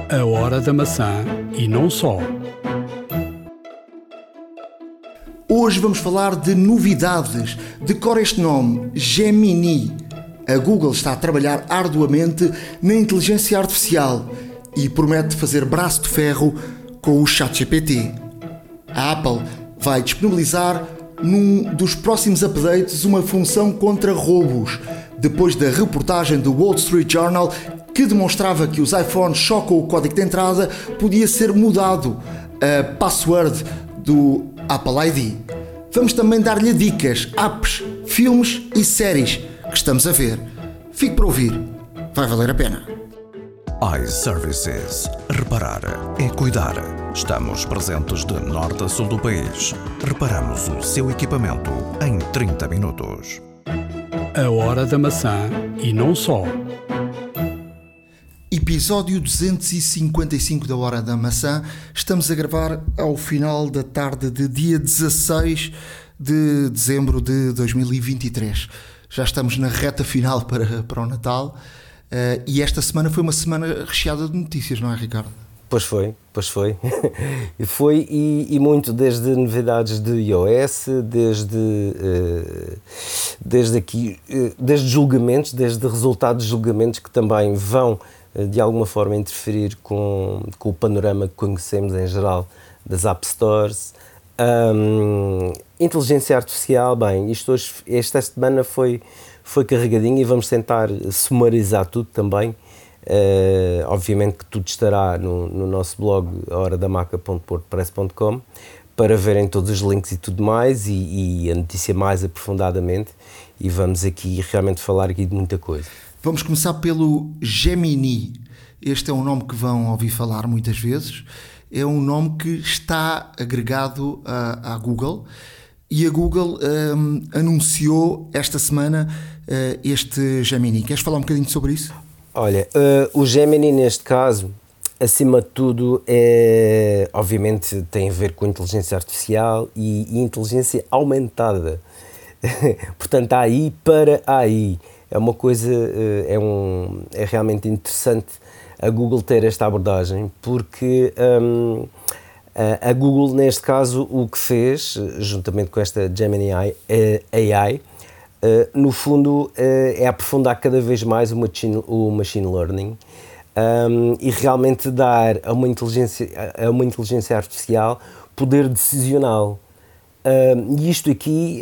A Hora da Maçã e não só. Hoje vamos falar de novidades. Decora este nome, Gemini. A Google está a trabalhar arduamente na inteligência artificial e promete fazer braço de ferro com o ChatGPT. A Apple vai disponibilizar num dos próximos updates uma função contra roubos, depois da reportagem do Wall Street Journal que demonstrava que os iPhones só com o código de entrada podia ser mudado a password do Apple ID. Vamos também dar-lhe dicas, apps, filmes e séries que estamos a ver. Fique para ouvir, vai valer a pena. iServices. Reparar é cuidar. Estamos presentes de norte a sul do país. Reparamos o seu equipamento em 30 minutos. A Hora da Maçã e não só. Episódio 255 da Hora da Maçã. Estamos a gravar ao final da tarde de dia 16 de dezembro de 2023. Já estamos na reta final para o Natal e esta semana foi uma semana recheada de notícias, não é, Ricardo? Pois foi. Foi e muito, desde novidades de iOS, desde julgamentos, desde resultados de julgamentos que também vão de alguma forma interferir com o panorama que conhecemos em geral das App Stores. Inteligência artificial, bem, esta semana foi carregadinho e vamos tentar sumarizar tudo também. Obviamente que tudo estará no nosso blog horadamaca.wordpress.com para verem todos os links e tudo mais e a notícia mais aprofundadamente, e vamos aqui realmente falar aqui de muita coisa. Vamos começar pelo Gemini. Este é um nome que vão ouvir falar muitas vezes. É um nome que está agregado à Google e a Google anunciou esta semana este Gemini. Queres falar um bocadinho sobre isso? Olha, o Gemini neste caso, acima de tudo, obviamente tem a ver com inteligência artificial e inteligência aumentada. Portanto, AI para AI. É uma coisa, é realmente interessante a Google ter esta abordagem, porque a Google, neste caso, o que fez, juntamente com esta Gemini AI, no fundo, é aprofundar cada vez mais o machine learning e realmente dar a uma inteligência artificial poder decisional. E isto aqui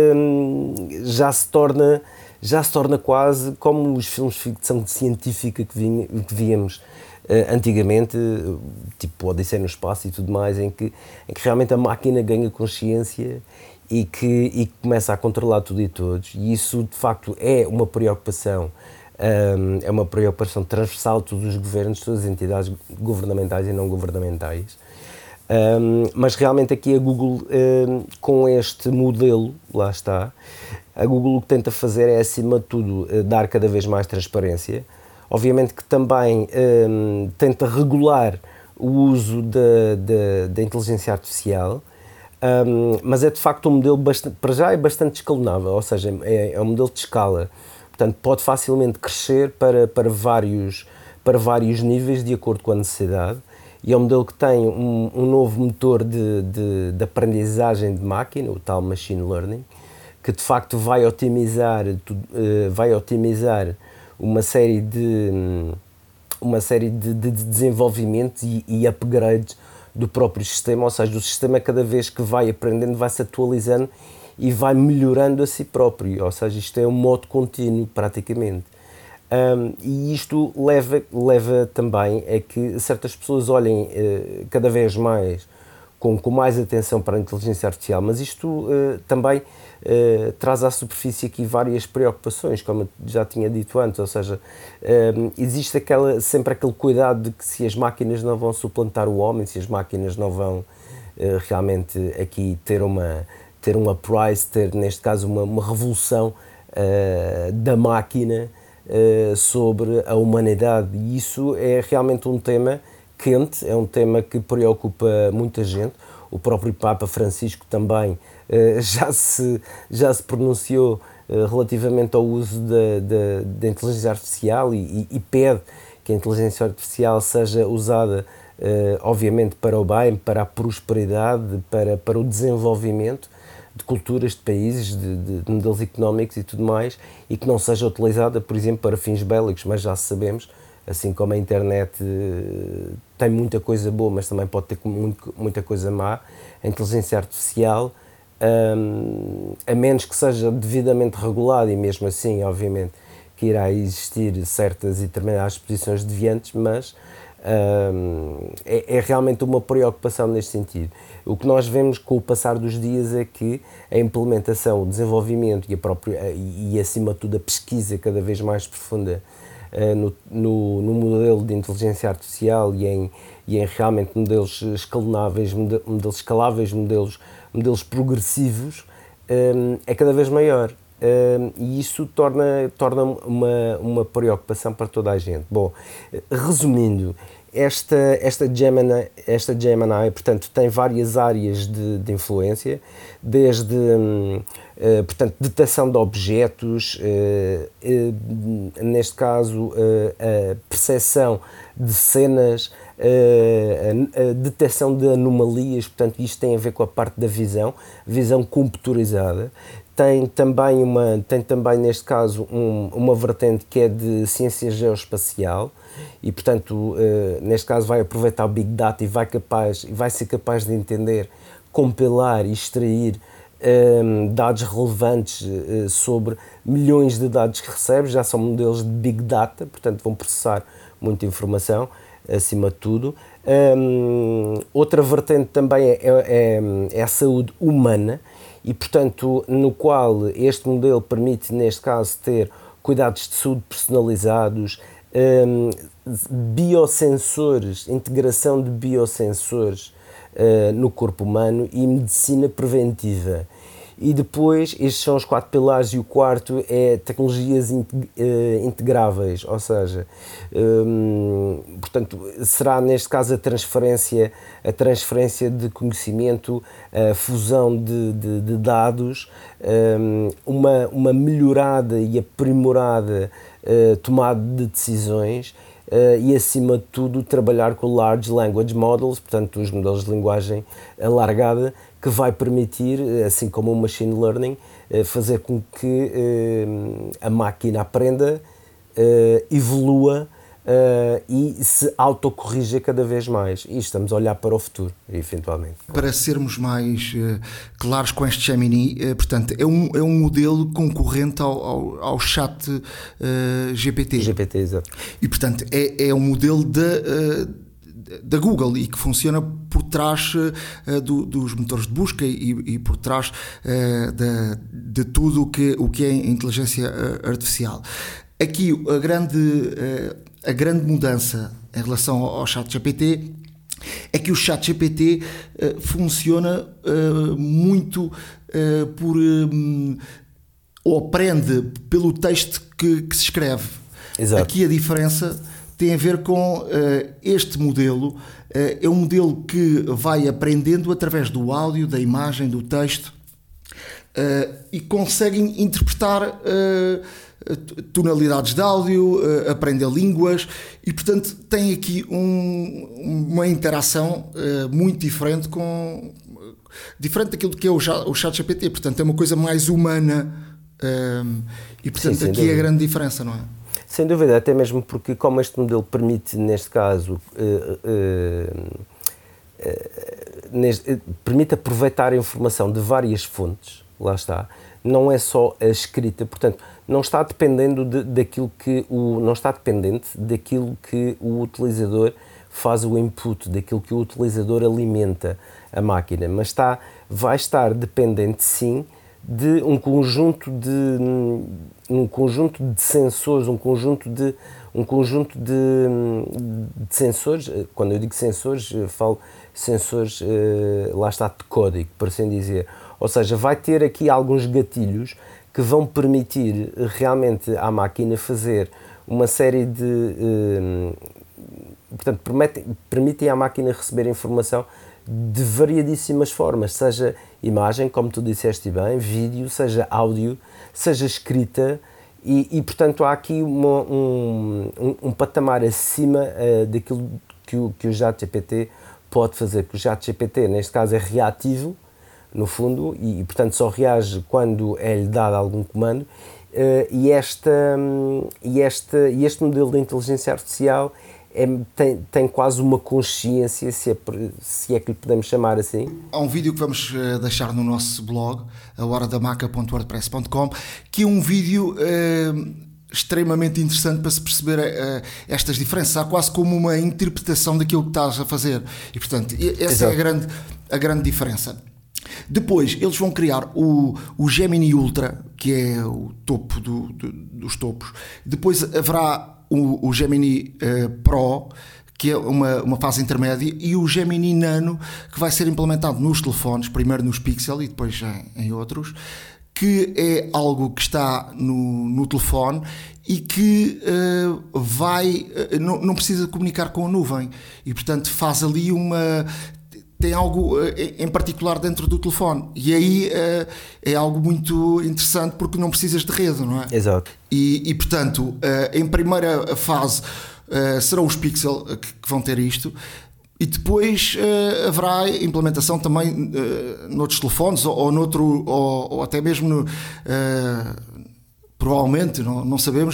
já se torna quase como os filmes de ficção científica que víamos antigamente, tipo Odisseia no Espaço e tudo mais, em que realmente a máquina ganha consciência e que começa a controlar tudo e todos. E isso, de facto, é uma preocupação transversal de todos os governos, todas as entidades governamentais e não governamentais. Mas realmente aqui a Google, com este modelo, lá está, a Google o que tenta fazer é, acima de tudo, dar cada vez mais transparência. Obviamente que também tenta regular o uso da inteligência artificial, mas é de facto um modelo para já é bastante escalonável, ou seja, é um modelo de escala. Portanto, pode facilmente crescer para vários níveis de acordo com a necessidade. E é um modelo que tem um novo motor de aprendizagem de máquina, o tal machine learning, que de facto vai otimizar uma série de desenvolvimentos e upgrades do próprio sistema, ou seja, o sistema cada vez que vai aprendendo vai se atualizando e vai melhorando a si próprio, ou seja, isto é um modo contínuo praticamente. E isto leva também a que certas pessoas olhem cada vez mais com mais atenção para a inteligência artificial, mas isto também traz à superfície aqui várias preocupações, como eu já tinha dito antes, ou seja, existe sempre aquele cuidado de que se as máquinas não vão suplantar o homem, se as máquinas não vão realmente aqui ter um uprise, ter neste caso uma revolução da máquina sobre a humanidade, e isso é realmente um tema quente, é um tema que preocupa muita gente. O próprio Papa Francisco também já se pronunciou relativamente ao uso da inteligência artificial e pede que a inteligência artificial seja usada, obviamente, para o bem, para a prosperidade, para o desenvolvimento de culturas, de países, de modelos económicos e tudo mais, e que não seja utilizada, por exemplo, para fins bélicos, mas já sabemos, assim como a internet tem muita coisa boa, mas também pode ter muita coisa má, a inteligência artificial, a menos que seja devidamente regulada, e mesmo assim, obviamente, que irá existir certas e determinadas posições deviantes, mas é realmente uma preocupação neste sentido. O que nós vemos com o passar dos dias é que a implementação, o desenvolvimento e acima de tudo, a pesquisa cada vez mais profunda no modelo de inteligência artificial e em realmente modelos escalonáveis, modelos escaláveis, modelos progressivos, é cada vez maior. E isso torna uma preocupação para toda a gente. Bom, resumindo, esta Gemini, portanto, tem várias áreas de influência, desde, portanto, detecção de objetos, neste caso, a percepção de cenas, a detecção de anomalias, portanto, isto tem a ver com a parte da visão computurizada. Tem também, neste caso, uma vertente que é de ciência geoespacial e, portanto, neste caso vai aproveitar o Big Data e vai ser capaz de entender, compilar e extrair dados relevantes sobre milhões de dados que recebe. Já são modelos de Big Data, portanto vão processar muita informação, acima de tudo. Outra vertente também é a saúde humana, e, portanto, no qual este modelo permite, neste caso, ter cuidados de saúde personalizados, biosensores, integração de biosensores no corpo humano e medicina preventiva. E depois, estes são os 4 pilares, e o quarto é tecnologias integráveis, ou seja, portanto, será neste caso a transferência de conhecimento, a fusão de dados, uma melhorada e aprimorada tomada de decisões, e, acima de tudo, trabalhar com Large Language Models, portanto, os modelos de linguagem alargada, que vai permitir, assim como o Machine Learning, fazer com que a máquina aprenda, evolua e se autocorrija cada vez mais. E estamos a olhar para o futuro, eventualmente. Para sermos mais claros com este Gemini, portanto, é um modelo concorrente ao chat GPT. GPT, exato. E, portanto, é um modelo da Google e que funciona por trás dos motores de busca e por trás de tudo o que é inteligência artificial. Aqui a grande mudança em relação ao ChatGPT é que o ChatGPT funciona muito ou aprende pelo texto que se escreve. Exato. Aqui a diferença tem a ver com este modelo. É um modelo que vai aprendendo através do áudio, da imagem, do texto, e conseguem interpretar tonalidades de áudio, aprender línguas, e, portanto, tem aqui uma interação muito diferente daquilo que é o ChatGPT. Portanto, é uma coisa mais humana, e, portanto, sim, aqui é a grande diferença, não é? Sem dúvida, até mesmo porque, como este modelo permite, neste caso, permite aproveitar a informação de várias fontes, lá está, não é só a escrita, portanto, não está dependente daquilo que o utilizador faz o input, daquilo que o utilizador alimenta a máquina, mas vai estar dependente, sim, de um conjunto de sensores, um conjunto de sensores. Quando eu digo sensores, falo sensores, lá está, de código, por assim dizer. Ou seja, vai ter aqui alguns gatilhos que vão permitir realmente à máquina fazer uma série de... portanto, permitem à máquina receber informação de variadíssimas formas, seja imagem, como tu disseste bem, vídeo, seja áudio, seja escrita, E portanto, há aqui um patamar acima daquilo que o ChatGPT pode fazer, que o ChatGPT, neste caso, é reativo, no fundo, e portanto só reage quando é-lhe dado algum comando, e este modelo de inteligência artificial tem quase uma consciência, se é que lhe podemos chamar assim. Há um vídeo que vamos deixar no nosso blog, ahoradamaca.wordpress.com, que é um vídeo extremamente interessante para se perceber estas diferenças. Há quase como uma interpretação daquilo que estás a fazer. E, portanto, essa é a grande diferença. Depois, eles vão criar o Gemini Ultra, que é o topo dos topos. Depois haverá o Gemini Pro, que é uma fase intermédia, e o Gemini Nano, que vai ser implementado nos telefones, primeiro nos Pixel e depois em outros, que é algo que está no telefone e que não precisa comunicar com a nuvem, e portanto faz ali tem algo em particular dentro do telefone, e aí é algo muito interessante porque não precisas de rede, não é? Exato. E portanto, em primeira fase serão os Pixel que vão ter isto, e depois haverá implementação também noutros telefones ou até mesmo provavelmente, não sabemos,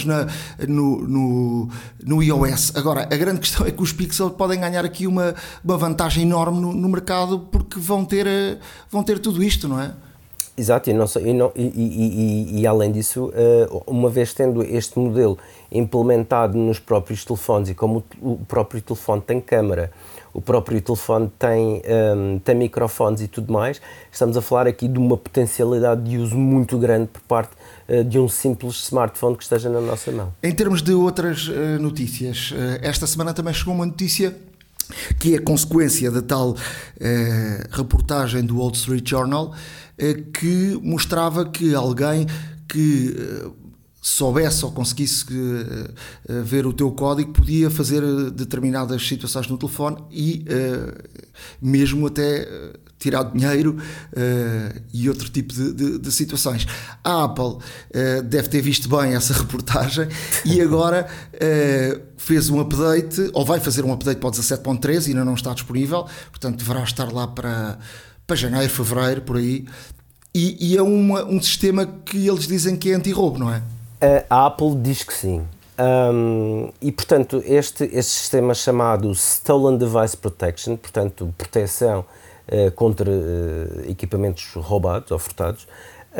no iOS. Agora, a grande questão é que os Pixel podem ganhar aqui uma vantagem enorme no mercado, porque vão ter tudo isto, não é? Exato, e além disso, uma vez tendo este modelo implementado nos próprios telefones, e como o próprio telefone tem câmara, o próprio telefone tem microfones e tudo mais, estamos a falar aqui de uma potencialidade de uso muito grande por parte de um simples smartphone que esteja na nossa mão. Em termos de outras notícias, esta semana também chegou uma notícia que é consequência da tal reportagem do Wall Street Journal, que mostrava que alguém que soubesse ou conseguisse ver o teu código podia fazer determinadas situações no telefone e mesmo até tirar dinheiro e outro tipo de situações. A Apple deve ter visto bem essa reportagem e agora fez um update, ou vai fazer um update para o 17.13, ainda não está disponível, portanto deverá estar lá para janeiro, fevereiro, por aí, e é um sistema que eles dizem que é anti-roubo, não é? A Apple diz que sim. E portanto este sistema chamado Stolen Device Protection, portanto proteção contra equipamentos roubados ou furtados,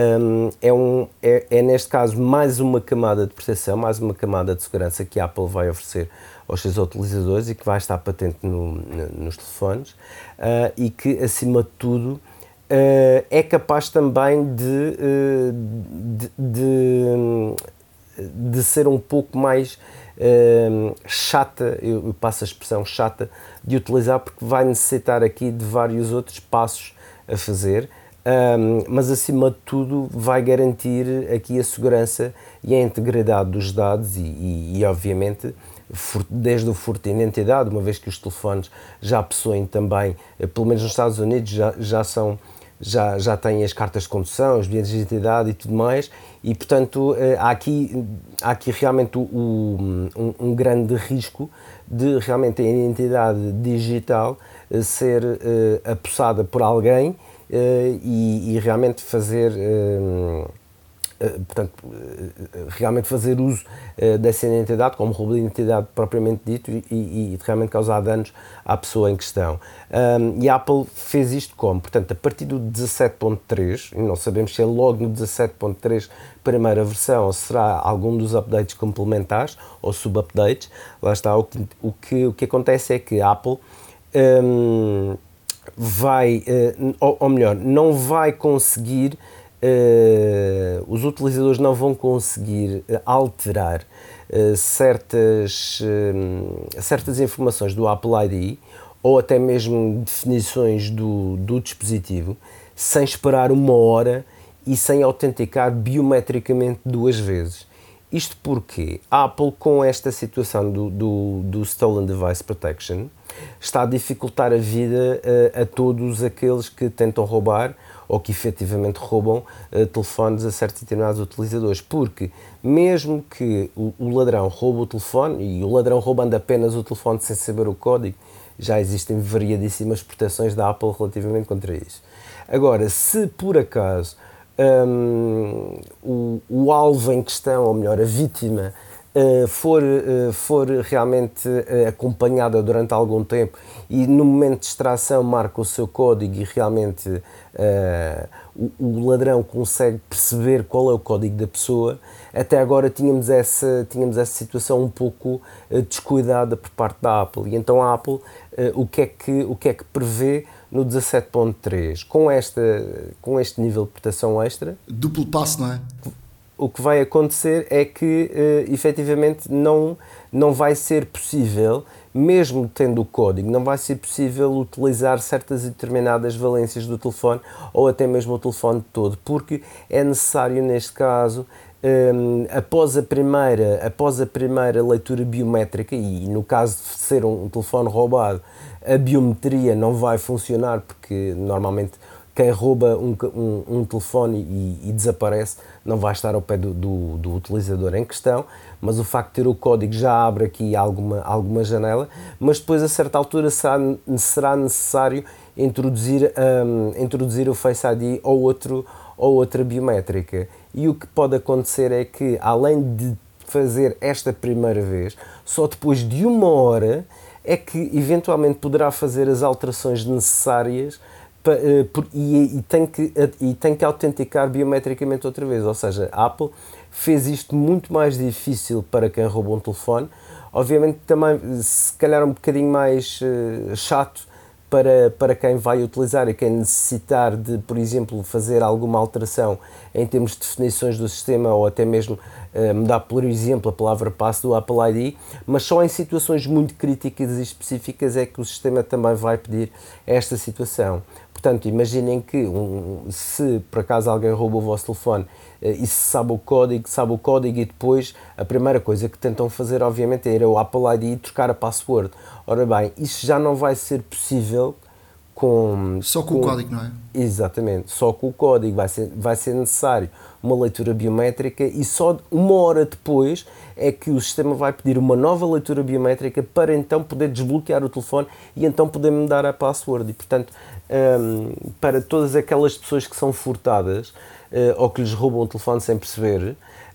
é neste caso mais uma camada de proteção, mais uma camada de segurança que a Apple vai oferecer aos seus utilizadores e que vai estar patente nos telefones, e que acima de tudo é capaz também de ser um pouco mais chata, eu passo a expressão chata, de utilizar, porque vai necessitar aqui de vários outros passos a fazer, mas acima de tudo vai garantir aqui a segurança e a integridade dos dados e obviamente desde o furto de identidade, uma vez que os telefones já possuem também, pelo menos nos Estados Unidos, já têm as cartas de condução, os bilhetes de identidade e tudo mais, e portanto há aqui realmente um grande risco de realmente a identidade digital ser apossada por alguém e realmente fazer realmente fazer uso dessa identidade como roubo de identidade propriamente dito e realmente causar danos à pessoa em questão. E a Apple fez isto como? Portanto, a partir do 17.3, não sabemos se é logo no 17.3 primeira versão ou será algum dos updates complementares ou sub-updates, lá está, o que acontece é que a Apple não vai conseguir, os utilizadores não vão conseguir alterar certas informações do Apple ID ou até mesmo definições do dispositivo sem esperar uma hora e sem autenticar biometricamente 2 vezes. Isto porque a Apple, com esta situação do Stolen Device Protection, está a dificultar a vida a todos aqueles que tentam roubar ou que efetivamente roubam telefones a certos e determinados utilizadores, porque mesmo que o ladrão roube o telefone, e o ladrão roubando apenas o telefone sem saber o código, já existem variadíssimas proteções da Apple relativamente contra isso. Agora, se por acaso o alvo em questão, ou melhor, a vítima, for realmente acompanhada durante algum tempo e no momento de extração marca o seu código e realmente o ladrão consegue perceber qual é o código da pessoa, até agora tínhamos essa situação um pouco descuidada por parte da Apple. E então a Apple o que é que prevê no 17.3? Com este nível de proteção extra... Duplo passo, não é? O que vai acontecer é que, efetivamente, não vai ser possível, mesmo tendo o código, não vai ser possível utilizar certas e determinadas valências do telefone ou até mesmo o telefone todo, porque é necessário, neste caso, após a primeira leitura biométrica, e no caso de ser um telefone roubado, a biometria não vai funcionar, porque normalmente quem rouba um telefone e desaparece não vai estar ao pé do utilizador em questão, mas o facto de ter o código já abre aqui alguma janela, mas depois a certa altura será necessário introduzir o Face ID ou outra biométrica. E o que pode acontecer é que, além de fazer esta primeira vez, só depois de 1 hora é que eventualmente poderá fazer as alterações necessárias e tem que autenticar biometricamente outra vez. Ou seja, a Apple fez isto muito mais difícil para quem rouba um telefone, obviamente também se calhar um bocadinho mais chato para quem vai utilizar e quem necessitar de, por exemplo, fazer alguma alteração em termos de definições do sistema, ou até mesmo mudar, por exemplo, a palavra passe do Apple ID, mas só em situações muito críticas e específicas é que o sistema também vai pedir esta situação. Portanto, imaginem que se por acaso alguém rouba o vosso telefone e se sabe o código e depois a primeira coisa que tentam fazer, obviamente, é ir ao Apple ID e trocar a password. Ora bem, isso já não vai ser possível só com o código, não é? Exatamente, só com o código. Vai ser necessário uma leitura biométrica e só 1 hora depois é que o sistema vai pedir uma nova leitura biométrica para então poder desbloquear o telefone e então poder mudar a password. E, portanto, para todas aquelas pessoas que são furtadas ou que lhes roubam o telefone sem perceber,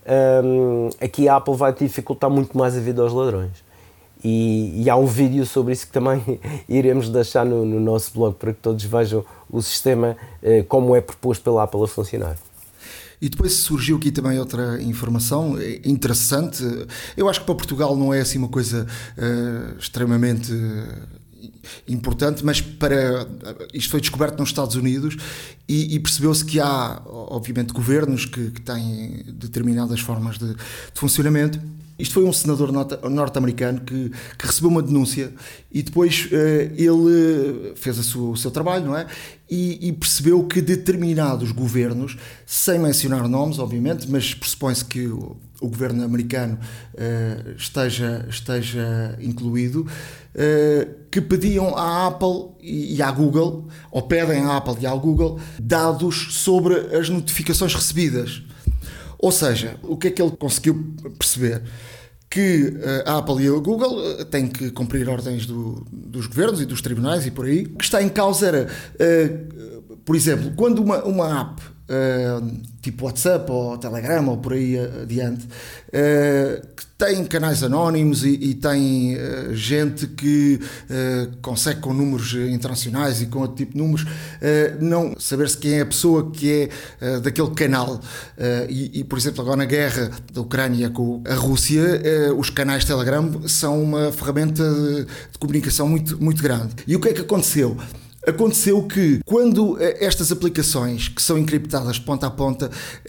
aqui a Apple vai dificultar muito mais a vida aos ladrões. E há um vídeo sobre isso que também iremos deixar no nosso blog para que todos vejam o sistema como é proposto pela Apple a funcionar. E depois surgiu aqui também outra informação interessante. Eu acho que para Portugal não é assim uma coisa extremamente importante, mas isto foi descoberto nos Estados Unidos e percebeu-se que há, obviamente, governos que têm determinadas formas de funcionamento. Isto foi um senador norte-americano que recebeu uma denúncia e depois ele fez o seu trabalho, não é? E percebeu que determinados governos, sem mencionar nomes, obviamente, mas pressupõe-se que o governo americano esteja incluído, que pediam à Apple e à Google, ou pedem à Apple e à Google, dados sobre as notificações recebidas. Ou seja, o que é que ele conseguiu perceber? Que a Apple e a Google têm que cumprir ordens dos governos e dos tribunais e por aí. O que está em causa era, por exemplo, quando uma app, tipo WhatsApp ou Telegram ou por aí adiante, que tem canais anónimos e tem gente que consegue com números internacionais e com outro tipo de números não saber-se quem é a pessoa que é daquele canal, e por exemplo agora na guerra da Ucrânia com a Rússia, os canais Telegram são uma ferramenta de comunicação muito, muito grande. E o que é que aconteceu? Aconteceu que quando estas aplicações que são encriptadas ponta a ponta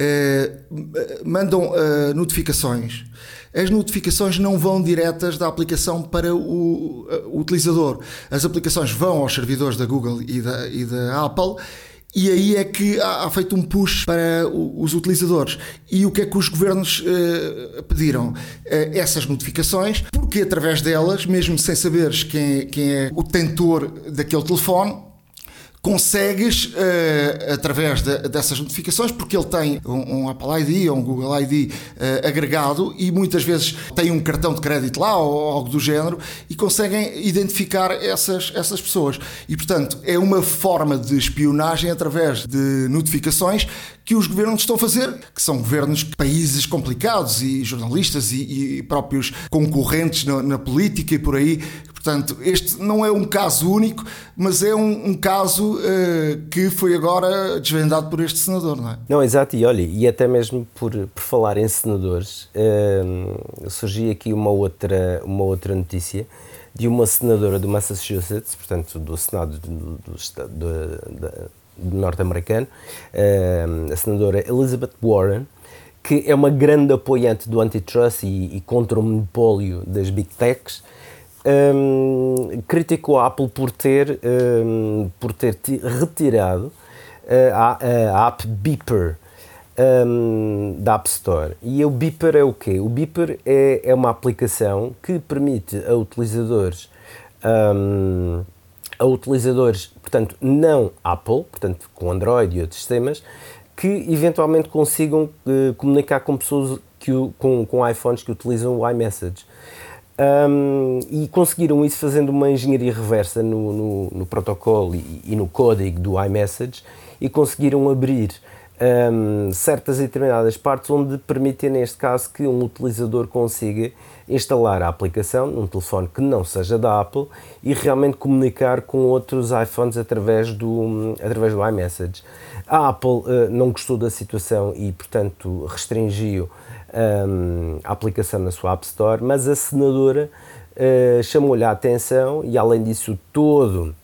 mandam notificações, as notificações não vão diretas da aplicação para o utilizador. As aplicações vão aos servidores da Google e da Apple, e aí é que há feito um push para os utilizadores. E o que é que os governos pediram? Essas notificações, porque através delas, mesmo sem saberes quem é o detentor daquele telefone, consegues, através dessas notificações, porque ele tem um Apple ID ou um Google ID agregado e muitas vezes tem um cartão de crédito lá ou algo do género e conseguem identificar essas pessoas. E, portanto, é uma forma de espionagem através de notificações que os governos estão a fazer, que são governos de países complicados e jornalistas e próprios concorrentes na política e por aí. Portanto, este não é um caso único, mas é um caso que foi agora desvendado por este senador, não é? Não, exato, e olha, e até mesmo por falar em senadores, surgiu aqui uma outra notícia de uma senadora do Massachusetts, portanto do Senado do norte-americano, a senadora Elizabeth Warren, que é uma grande apoiante do antitrust e contra o monopólio das big techs. Criticou a Apple por ter retirado a app Beeper da App Store. E o Beeper é o quê? O Beeper é uma aplicação que permite a utilizadores, portanto, não Apple, portanto, com Android e outros sistemas, que eventualmente consigam comunicar com pessoas com iPhones que utilizam o iMessage. E conseguiram isso fazendo uma engenharia reversa no protocolo e no código do iMessage e conseguiram abrir certas e determinadas partes onde permitem, neste caso, que um utilizador consiga instalar a aplicação num telefone que não seja da Apple e realmente comunicar com outros iPhones através do iMessage. A Apple não gostou da situação e, portanto, restringiu a aplicação na sua App Store, mas a senadora chamou-lhe a atenção e, além disso, todos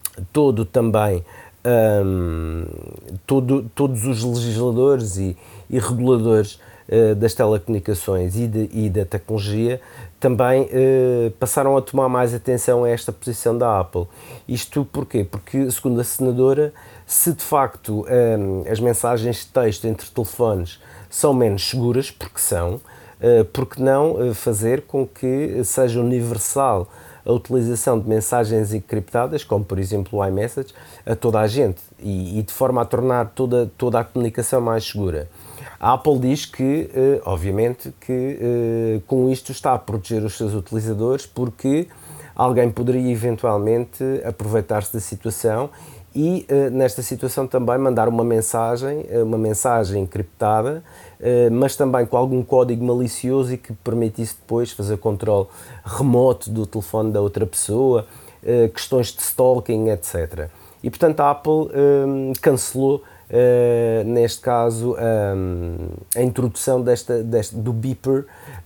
os legisladores e reguladores das telecomunicações e da tecnologia também passaram a tomar mais atenção a esta posição da Apple. Isto porquê? Porque, segundo a senadora, se de facto as mensagens de texto entre telefones são menos seguras, porque são, porque não fazer com que seja universal a utilização de mensagens encriptadas, como por exemplo o iMessage, a toda a gente e de forma a tornar toda a comunicação mais segura. A Apple diz que, obviamente, que com isto está a proteger os seus utilizadores porque alguém poderia eventualmente aproveitar-se da situação e nesta situação também mandar uma mensagem encriptada, mas também com algum código malicioso e que permitisse depois fazer controle remoto do telefone da outra pessoa, questões de stalking, etc. E portanto a Apple cancelou, neste caso, a introdução do Beeper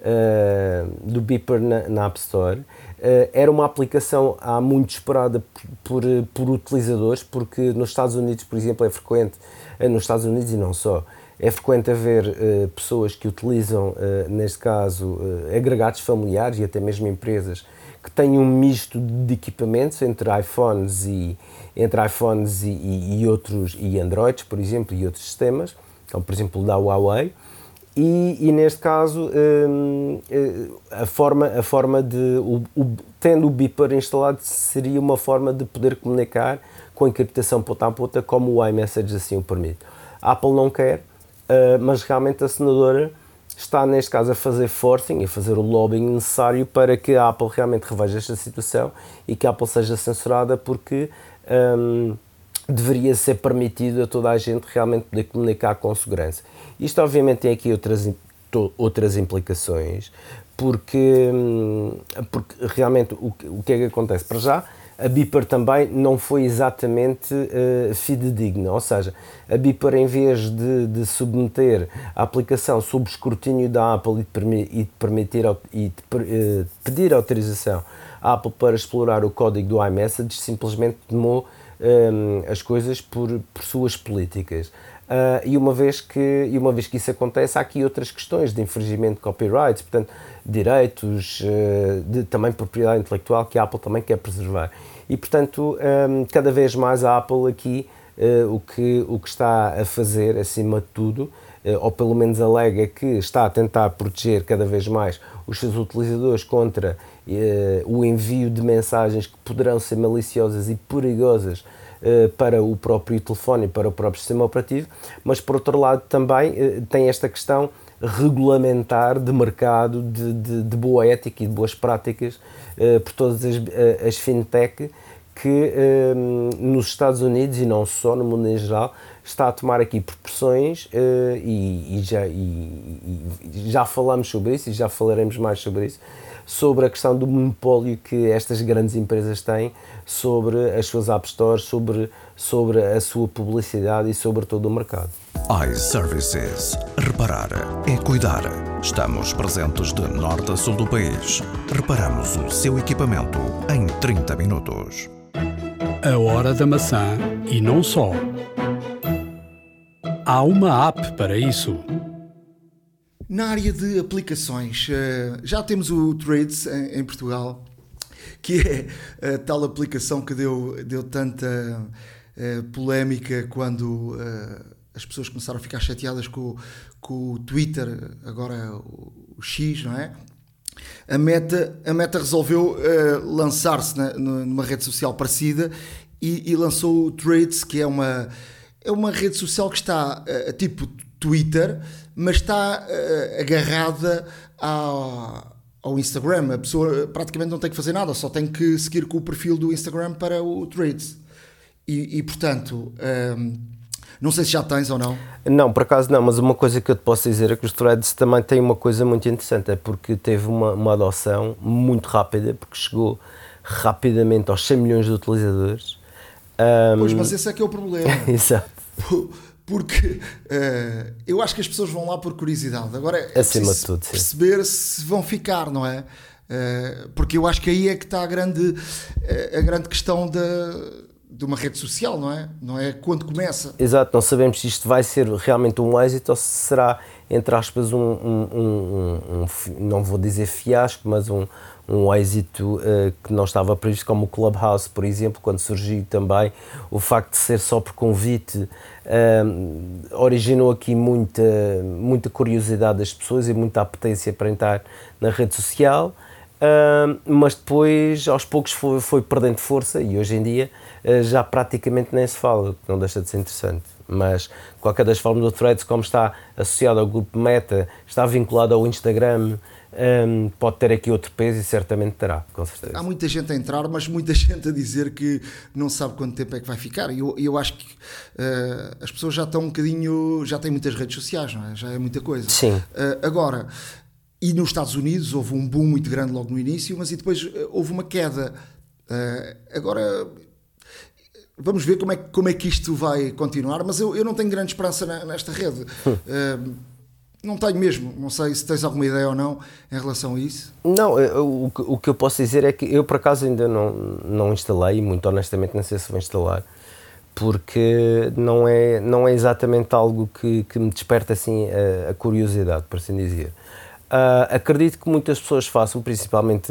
na App Store. Era uma aplicação há muito esperada por utilizadores, porque nos Estados Unidos, por exemplo, é frequente, nos Estados Unidos e não só, é frequente haver pessoas que utilizam, neste caso, agregados familiares e até mesmo empresas que têm um misto de equipamentos entre iPhones e outros, e Androids, por exemplo, e outros sistemas, como por exemplo da Huawei. E neste caso, a forma de, tendo o Beeper instalado, seria uma forma de poder comunicar com encriptação ponta a ponta, como o iMessage assim o permite. A Apple não quer, mas realmente a senadora está, neste caso, a fazer forcing, a fazer o lobbying necessário para que a Apple realmente reveja esta situação e que a Apple seja censurada, porque deveria ser permitido a toda a gente realmente poder comunicar com segurança. Isto obviamente tem aqui outras implicações, porque realmente o que é que acontece? Para já, a Beeper também não foi exatamente fidedigna, ou seja, a Beeper, em vez de submeter a aplicação sob escrutínio da Apple e de pedir autorização à Apple para explorar o código do iMessage, simplesmente tomou as coisas por suas políticas. E uma vez que isso acontece, há aqui outras questões de infringimento de copyrights, portanto, direitos, também propriedade intelectual, que a Apple também quer preservar. E, portanto, cada vez mais a Apple aqui, o que está a fazer, acima de tudo, ou pelo menos alega que está a tentar proteger cada vez mais os seus utilizadores contra o envio de mensagens que poderão ser maliciosas e perigosas para o próprio telefone e para o próprio sistema operativo, mas por outro lado também tem esta questão regulamentar de mercado, de boa ética e de boas práticas por todas as fintech que nos Estados Unidos e não só, no mundo em geral, está a tomar aqui proporções e já falamos sobre isso e já falaremos mais sobre isso, sobre a questão do monopólio que estas grandes empresas têm sobre as suas App Stores, sobre a sua publicidade e sobre todo o mercado. iServices. Reparar é cuidar. Estamos presentes de norte a sul do país. Reparamos o seu equipamento em 30 minutos. A hora da maçã e não só. Há uma app para isso. Na área de aplicações, já temos o Threads em Portugal, que é a tal aplicação que deu tanta polémica quando as pessoas começaram a ficar chateadas com o Twitter, agora o X, não é? A Meta resolveu lançar-se numa rede social parecida e lançou o Threads, que é uma rede social que está tipo Twitter, mas está agarrada ao Instagram. A pessoa praticamente não tem que fazer nada, só tem que seguir com o perfil do Instagram para o Threads. E portanto, não sei se já tens ou não. Não, por acaso não, mas uma coisa que eu te posso dizer é que os Threads também têm uma coisa muito interessante, é porque teve uma adoção muito rápida, porque chegou rapidamente aos 100 milhões de utilizadores. Pois, mas esse é que é o problema. Exato. Porque eu acho que as pessoas vão lá por curiosidade. Agora é acima de tudo, perceber se vão ficar, não é? Porque eu acho que aí é que está a grande questão de uma rede social, não é? Não é quando começa. Exato, não sabemos se isto vai ser realmente um êxito ou se será, entre aspas, não vou dizer fiasco, mas um êxito que não estava previsto, como o Clubhouse, por exemplo, quando surgiu também. O facto de ser só por convite originou aqui muita curiosidade das pessoas e muita apetência para entrar na rede social. Mas depois aos poucos foi perdendo força e hoje em dia já praticamente nem se fala, que não deixa de ser interessante. Mas de qualquer das formas, o Threads, como está associado ao grupo Meta, está vinculado ao Instagram, pode ter aqui outro peso e certamente terá, com certeza. Há muita gente a entrar, mas muita gente a dizer que não sabe quanto tempo é que vai ficar. E eu acho que as pessoas já estão já têm muitas redes sociais, não é? Já é muita coisa. Sim. Agora, e nos Estados Unidos houve um boom muito grande logo no início, mas depois houve uma queda. Agora vamos ver como é que isto vai continuar, mas eu não tenho grande esperança nesta rede. Não tenho mesmo, não sei se tens alguma ideia ou não em relação a isso. Não, o que eu posso dizer é que eu por acaso ainda não instalei, e muito honestamente não sei se vou instalar, porque não é exatamente algo que me desperta assim a curiosidade, por assim dizer. Acredito que muitas pessoas façam, principalmente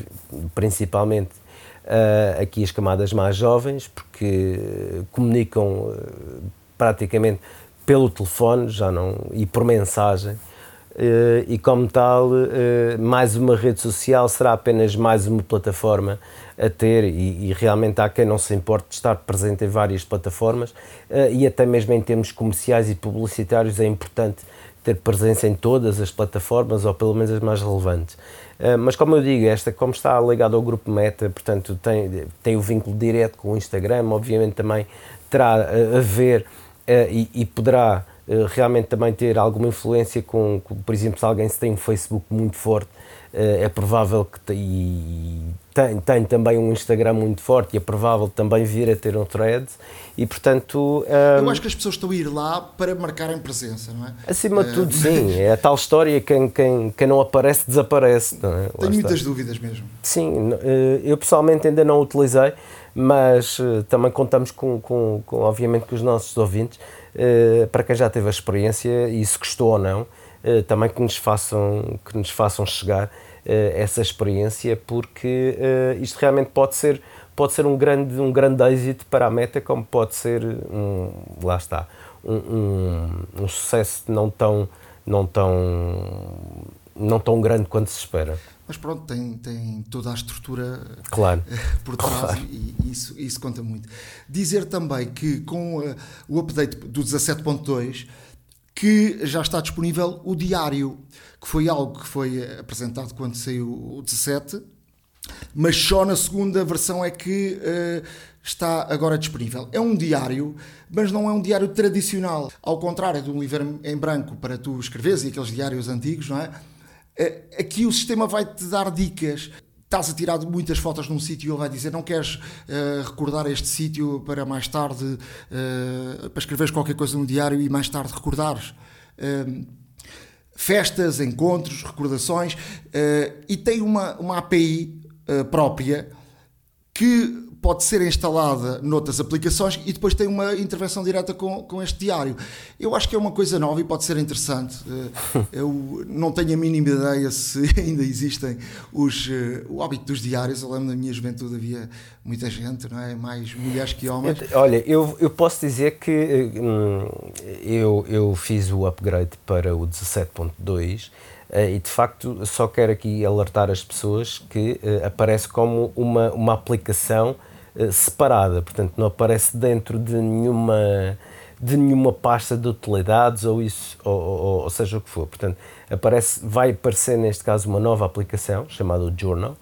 aqui as camadas mais jovens, porque comunicam praticamente pelo telefone e por mensagem, e como tal, mais uma rede social será apenas mais uma plataforma a ter, e realmente há quem não se importe de estar presente em várias plataformas, e até mesmo em termos comerciais e publicitários é importante ter presença em todas as plataformas, ou pelo menos as mais relevantes. Mas como eu digo, como está ligado ao grupo Meta, portanto tem o vínculo direto com o Instagram, obviamente também terá a ver e poderá realmente também ter alguma influência com, por exemplo, se alguém tem um Facebook muito forte, é provável que tem também um Instagram muito forte e é provável também vir a ter um Threads e, portanto... Eu acho que as pessoas estão a ir lá para marcarem presença, não é? Acima de tudo, sim. É a tal história, quem não aparece, desaparece. Não é? Tenho muitas dúvidas mesmo. Sim, eu pessoalmente ainda não utilizei, mas também contamos obviamente, com os nossos ouvintes, para quem já teve a experiência e se gostou ou não, também que nos façam chegar essa experiência, porque isto realmente pode ser um grande êxito para a Meta, como pode ser um sucesso não tão grande quanto se espera. mas pronto, tem toda a estrutura claro. por trás e isso conta muito. Dizer também que com o update do 17.2 que já está disponível o diário, que foi algo que foi apresentado quando saiu o 17, mas só na segunda versão é que está agora disponível. É um diário, mas não é um diário tradicional, ao contrário de um livro em branco para tu escreveres e aqueles diários antigos, não é? Aqui o sistema vai-te dar dicas. Estás a tirar muitas fotos num sítio e ele vai dizer não queres recordar este sítio para mais tarde, para escreveres qualquer coisa no diário e mais tarde recordares. Festas, encontros, recordações, e tem uma API própria que pode ser instalada noutras aplicações e depois tem uma intervenção direta com este diário. Eu acho que é uma coisa nova e pode ser interessante. Eu não tenho a mínima ideia se ainda existem o hábito dos diários. Eu lembro na minha juventude havia muita gente, não é? Mais mulheres que homens. Olha, eu posso dizer que eu fiz o upgrade para o 17.2 e de facto só quero aqui alertar as pessoas que aparece como uma aplicação separada, portanto não aparece dentro de nenhuma pasta de utilidades ou seja o que for, portanto vai aparecer neste caso uma nova aplicação chamada Journal.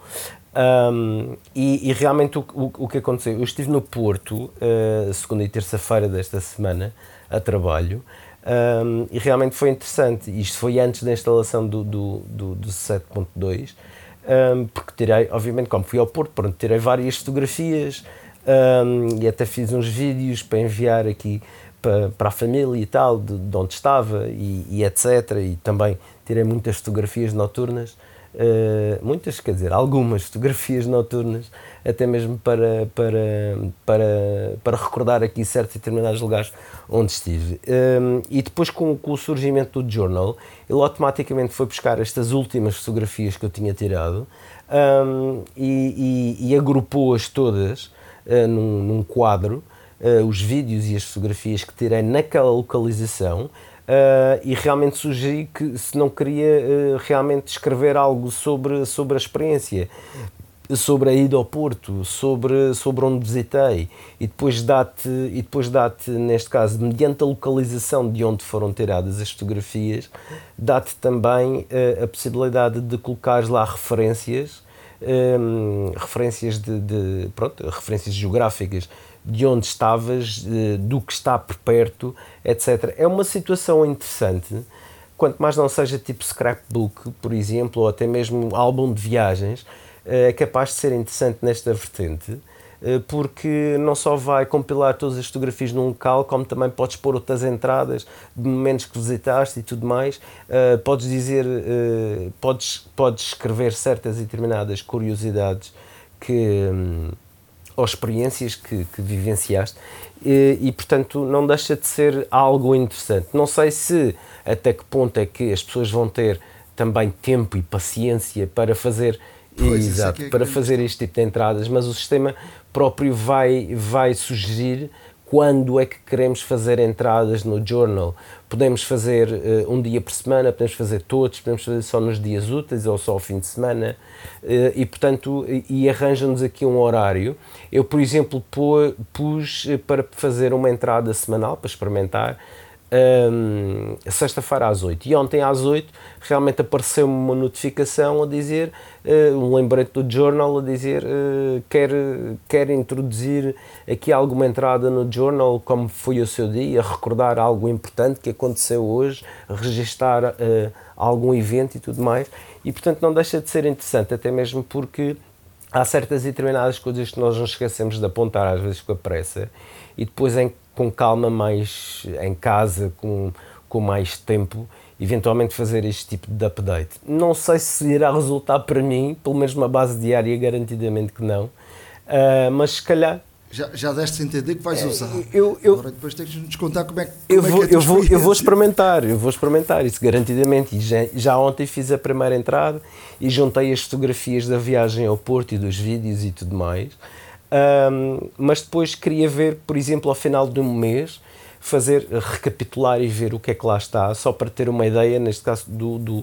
E realmente o que aconteceu, eu estive no Porto segunda e terça-feira desta semana a trabalho. E realmente foi interessante. Isto foi antes da instalação do 7.2, porque tirei, obviamente, como fui ao Porto, pronto, tirei várias fotografias e até fiz uns vídeos para enviar aqui para a família e tal, de onde estava e etc. E também tirei muitas fotografias noturnas. Muitas, quer dizer, algumas fotografias noturnas, até mesmo para recordar aqui certos e determinados lugares onde estive. E depois com o surgimento do Journal, ele automaticamente foi buscar estas últimas fotografias que eu tinha tirado e agrupou-as todas num quadro, os vídeos e as fotografias que tirei naquela localização. E realmente sugeri que se não queria realmente escrever algo sobre a experiência, sobre a ida ao Porto, sobre onde visitei e depois dá-te, neste caso, mediante a localização de onde foram tiradas as fotografias, dá-te também a possibilidade de colocares lá referências referências geográficas de onde estavas, do que está por perto, etc. É uma situação interessante, quanto mais não seja tipo scrapbook, por exemplo, ou até mesmo álbum de viagens, é capaz de ser interessante nesta vertente, porque não só vai compilar todas as fotografias num local, como também podes pôr outras entradas de momentos que visitaste e tudo mais. Podes dizer, podes escrever certas e determinadas curiosidades ou experiências que vivenciaste e, portanto, não deixa de ser algo interessante. Não sei se até que ponto é que as pessoas vão ter também tempo e paciência para fazer, fazer este tipo de entradas, mas o sistema próprio vai sugerir quando é que queremos fazer entradas no Journal. Podemos fazer um dia por semana, podemos fazer todos, podemos fazer só nos dias úteis ou só ao fim de semana e, portanto, arranjam-nos aqui um horário. Eu, por exemplo, pus para fazer uma entrada semanal, para experimentar, sexta-feira às 8 e ontem às 8 realmente apareceu-me uma notificação a dizer, um lembrete do Journal a dizer quer introduzir aqui alguma entrada no Journal, como foi o seu dia, recordar algo importante que aconteceu hoje, registar algum evento e tudo mais, e portanto não deixa de ser interessante, até mesmo porque há certas e determinadas coisas que nós nos esquecemos de apontar às vezes com a pressa e depois com calma, mais em casa, com mais tempo, eventualmente fazer este tipo de update. Não sei se irá resultar para mim, pelo menos uma base diária, garantidamente que não, mas se calhar... Já deste a entender que vais usar. Agora depois tens de nos contar como é que eu vou experimentar isso garantidamente. E já ontem fiz a primeira entrada e juntei as fotografias da viagem ao Porto e dos vídeos e tudo mais. Mas depois queria ver, por exemplo, ao final de um mês, recapitular e ver o que é que lá está, só para ter uma ideia, neste caso, do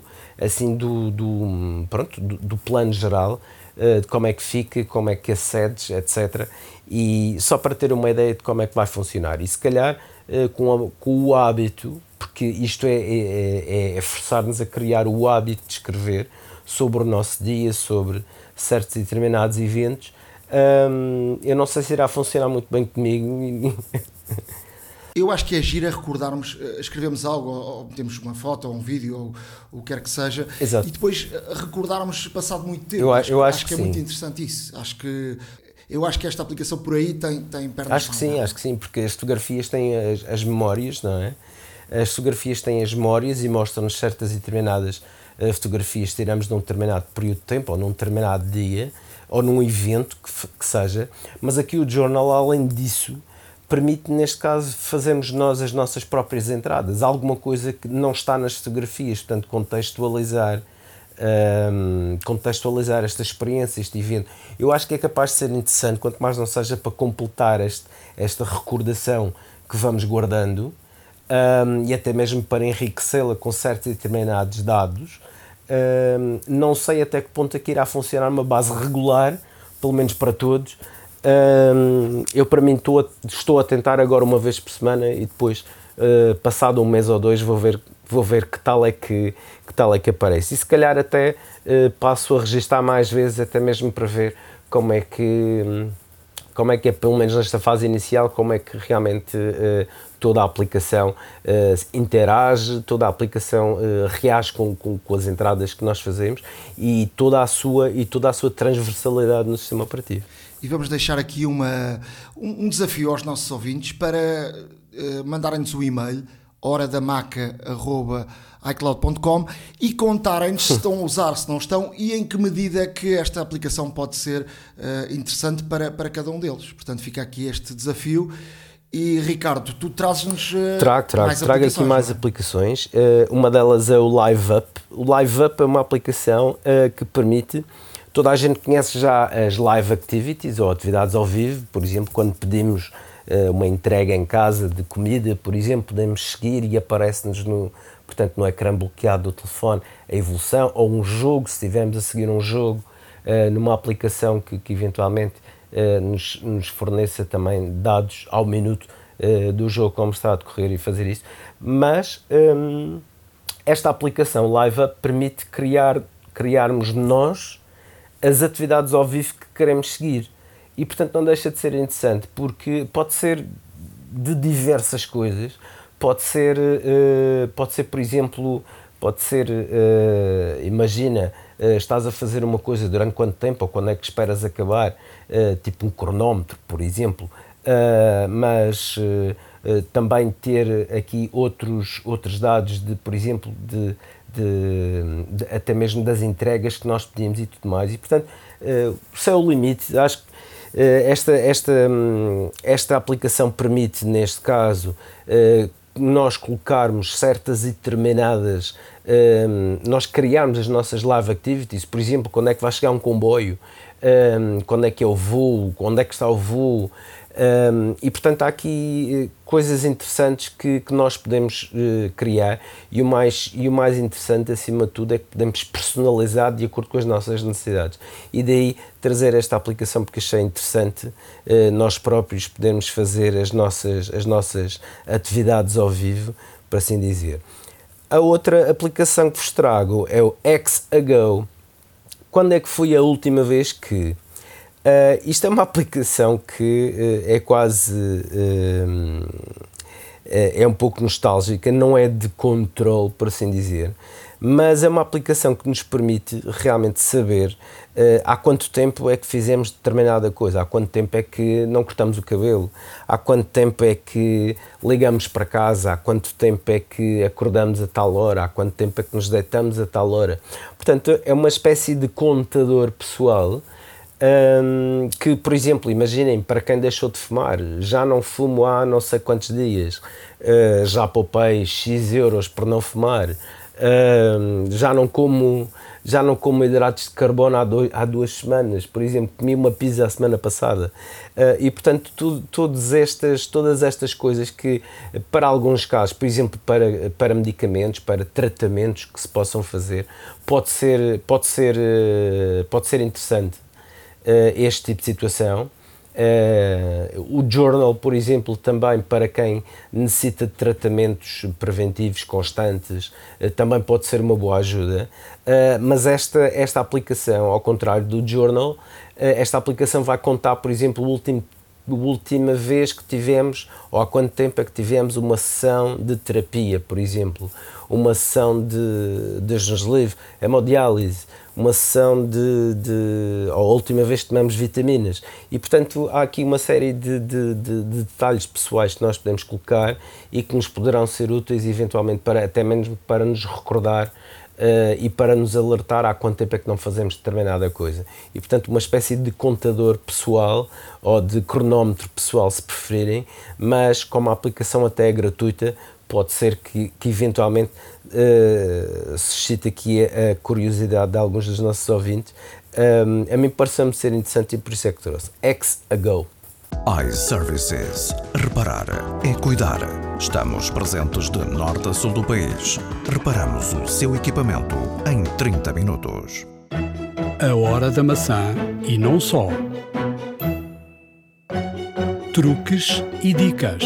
plano geral, de como é que fica, como é que acedes, etc. E só para ter uma ideia de como é que vai funcionar. E se calhar com o hábito, porque isto é forçar-nos a criar o hábito de escrever sobre o nosso dia, sobre certos e determinados eventos. Eu não sei se irá funcionar muito bem comigo. Eu acho que é giro recordarmos, escrevemos algo, ou metemos uma foto, ou um vídeo, ou o que quer que seja. Exato. E depois recordarmos passado muito tempo. Eu acho que é muito interessante isso. Eu acho que esta aplicação por aí tem pernas. Acho que sim, porque as fotografias têm as memórias, não é? As fotografias têm as memórias e mostram-nos certas e determinadas fotografias que tiramos num determinado período de tempo, ou num determinado dia, ou num evento que seja. Mas aqui o journal, além disso, permite, neste caso, fazermos nós as nossas próprias entradas, alguma coisa que não está nas fotografias, portanto, contextualizar esta experiência, este evento. Eu acho que é capaz de ser interessante, quanto mais não seja para completar esta recordação que vamos guardando, e até mesmo para enriquecê-la com certos e determinados dados. Não sei até que ponto é que irá funcionar uma base regular, pelo menos para todos. Eu, para mim, estou a tentar agora uma vez por semana e depois, passado um mês ou dois, vou ver que tal é que aparece. E se calhar até passo a registar mais vezes, até mesmo para ver como é que é, pelo menos nesta fase inicial, como é que realmente toda a aplicação interage, toda a aplicação reage com as entradas que nós fazemos e toda a sua transversalidade no sistema operativo. E vamos deixar aqui um desafio aos nossos ouvintes para mandarem-nos o e-mail horadamaca@icloud.com e contarem-nos se estão a usar, se não estão e em que medida é que esta aplicação pode ser interessante para cada um deles. Portanto, fica aqui este desafio. E Ricardo, tu trazes-nos trago aqui mais aplicações. Uma delas é o LiveUp. O LiveUp é uma aplicação que permite... Toda a gente conhece já as live activities ou atividades ao vivo, por exemplo, quando pedimos uma entrega em casa de comida, por exemplo, podemos seguir e aparece-nos no ecrã bloqueado do telefone a evolução, ou um jogo, se estivermos a seguir um jogo numa aplicação que eventualmente nos forneça também dados ao minuto do jogo, como está a decorrer e fazer isso. Mas esta aplicação LiveUp permite criarmos nós as atividades ao vivo que queremos seguir. E, portanto, não deixa de ser interessante, porque pode ser de diversas coisas. Pode ser, por exemplo, imagina, estás a fazer uma coisa durante quanto tempo, ou quando é que esperas acabar, tipo um cronómetro, por exemplo, mas também ter aqui outros dados, por exemplo, até mesmo das entregas que nós pedimos e tudo mais. E, portanto, o céu é o limite. Acho que esta aplicação permite, neste caso, nós colocarmos certas e determinadas, nós criarmos as nossas live activities, por exemplo, quando é que vai chegar um comboio, quando é que é o voo, onde é que está o voo, e portanto há aqui coisas interessantes que nós podemos criar e o mais interessante acima de tudo é que podemos personalizar de acordo com as nossas necessidades e daí trazer esta aplicação porque achei interessante nós próprios podermos fazer as nossas atividades ao vivo, por assim dizer. A outra aplicação que vos trago é o X-Ago. Quando é que foi a última vez que... isto é uma aplicação que é quase... é um pouco nostálgica, não é de controle, por assim dizer, mas é uma aplicação que nos permite realmente saber há quanto tempo é que fizemos determinada coisa, há quanto tempo é que não cortamos o cabelo, há quanto tempo é que ligamos para casa, há quanto tempo é que acordamos a tal hora, há quanto tempo é que nos deitamos a tal hora. Portanto, é uma espécie de contador pessoal que, por exemplo, imaginem, para quem deixou de fumar, já não fumo há não sei quantos dias, já poupei X euros por não fumar, já não como hidratos de carbono há 2 semanas, por exemplo, comi uma pizza a semana passada. E, portanto, todas estas coisas que, para alguns casos, por exemplo, para medicamentos, para tratamentos que se possam fazer, pode ser interessante este tipo de situação. O journal, por exemplo, também para quem necessita de tratamentos preventivos constantes, também pode ser uma boa ajuda, mas esta aplicação, ao contrário do journal, esta aplicação vai contar, por exemplo, a última vez que tivemos, ou há quanto tempo é que tivemos uma sessão de terapia, por exemplo, uma sessão de gengibre, hemodiálise, uma sessão ou a última vez que tomamos vitaminas. E, portanto, há aqui uma série de detalhes pessoais que nós podemos colocar e que nos poderão ser úteis, eventualmente, até mesmo para nos recordar e para nos alertar há quanto tempo é que não fazemos determinada coisa. E, portanto, uma espécie de contador pessoal ou de cronómetro pessoal, se preferirem, mas como a aplicação até é gratuita, pode ser que eventualmente suscite aqui a curiosidade de alguns dos nossos ouvintes. A mim parece-me ser interessante e por isso é que trouxe X-Ago. iServices. Reparar é cuidar. Estamos presentes de norte a sul do país. Reparamos o seu equipamento em 30 minutos. A hora da maçã e não só. Truques e dicas.